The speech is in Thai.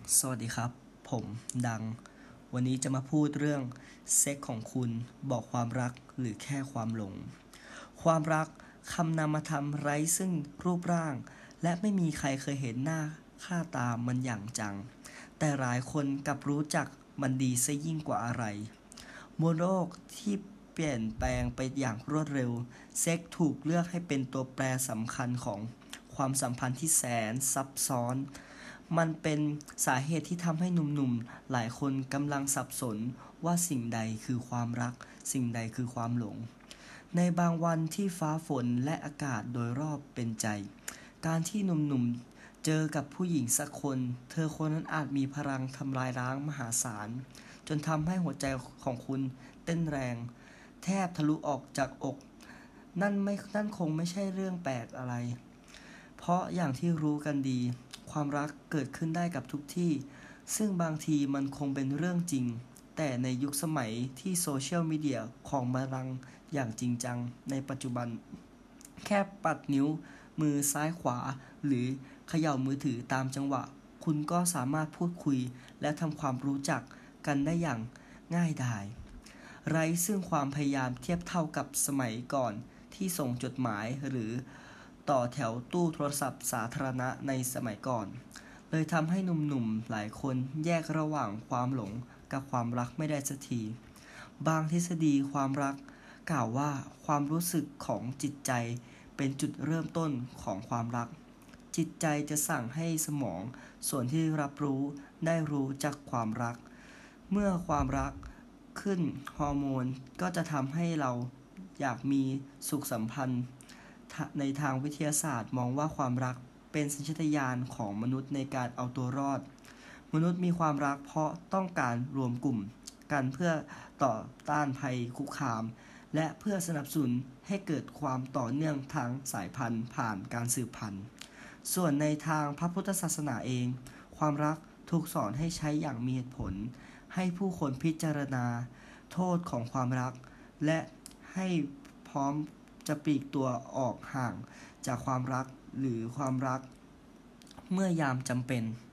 สวัสดีครับผมดังวันนี้จะมาพูดเรื่องเซ็กของคุณบอกความรักหรือแค่ความหลงความรักคำนามธรรมไร้ซึ่งรูปร่างและไม่มีใครเคยเห็นหน้าค่าตามันอย่างจังแต่หลายคนกลับรู้จักมันดีซะยิ่งกว่าอะไรบนโลกที่เปลี่ยนแปลงไปอย่างรวดเร็วเซ็กถูกเลือกให้เป็นตัวแปรสำคัญของความสัมพันธ์ที่แสนซับซ้อนมันเป็นสาเหตุที่ทำให้หนุ่มๆหลายคนกำลังสับสนว่าสิ่งใดคือความรักสิ่งใดคือความหลงในบางวันที่ฟ้าฝนและอากาศโดยรอบเป็นใจการที่หนุ่มๆเจอกับผู้หญิงสักคนเธอคนนั้นอาจมีพลังทำลายล้างมหาศาลจนทำให้หัวใจของคุณเต้นแรงแทบทะลุออกจากอกนั่นคงไม่ใช่เรื่องแปลกอะไรเพราะอย่างที่รู้กันดีความรักเกิดขึ้นได้กับทุกที่ซึ่งบางทีมันคงเป็นเรื่องจริงแต่ในยุคสมัยที่โซเชียลมีเดียของมาลังอย่างจริงจังในปัจจุบันแค่ปัดนิ้วมือซ้ายขวาหรือเขย่ามือถือตามจังหวะคุณก็สามารถพูดคุยและทำความรู้จักกันได้อย่างง่ายดายไร้ซึ่งความพยายามเทียบเท่ากับสมัยก่อนที่ส่งจดหมายหรือต่อแถวตู้โทรศัพท์สาธารณะในสมัยก่อนเลยทำให้หนุ่มๆหลายคนแยกระหว่างความหลงกับความรักไม่ได้สักทีบางทฤษฎีความรักกล่าวว่าความรู้สึกของจิตใจเป็นจุดเริ่มต้นของความรักจิตใจจะสั่งให้สมองส่วนที่รับรู้ได้รู้จักความรักเมื่อความรักขึ้นฮอร์โมนก็จะทำให้เราอยากมีสุขสัมพันธ์ในทางวิทยาศาสตร์มองว่าความรักเป็นสัญชาตญาณของมนุษย์ในการเอาตัวรอดมนุษย์มีความรักเพราะต้องการรวมกลุ่มกันเพื่อต่อต้านภัยคุกคามและเพื่อสนับสนุนให้เกิดความต่อเนื่องทางสายพันธุ์ผ่านการสืบพันธุ์ส่วนในทางพระพุทธศาสนาเองความรักถูกสอนให้ใช้อย่างมีเหตุผลให้ผู้คนพิจารณาโทษของความรักและให้พร้อมจะปลีกตัวออกห่างจากความรักหรือความรักเมื่อยามจำเป็น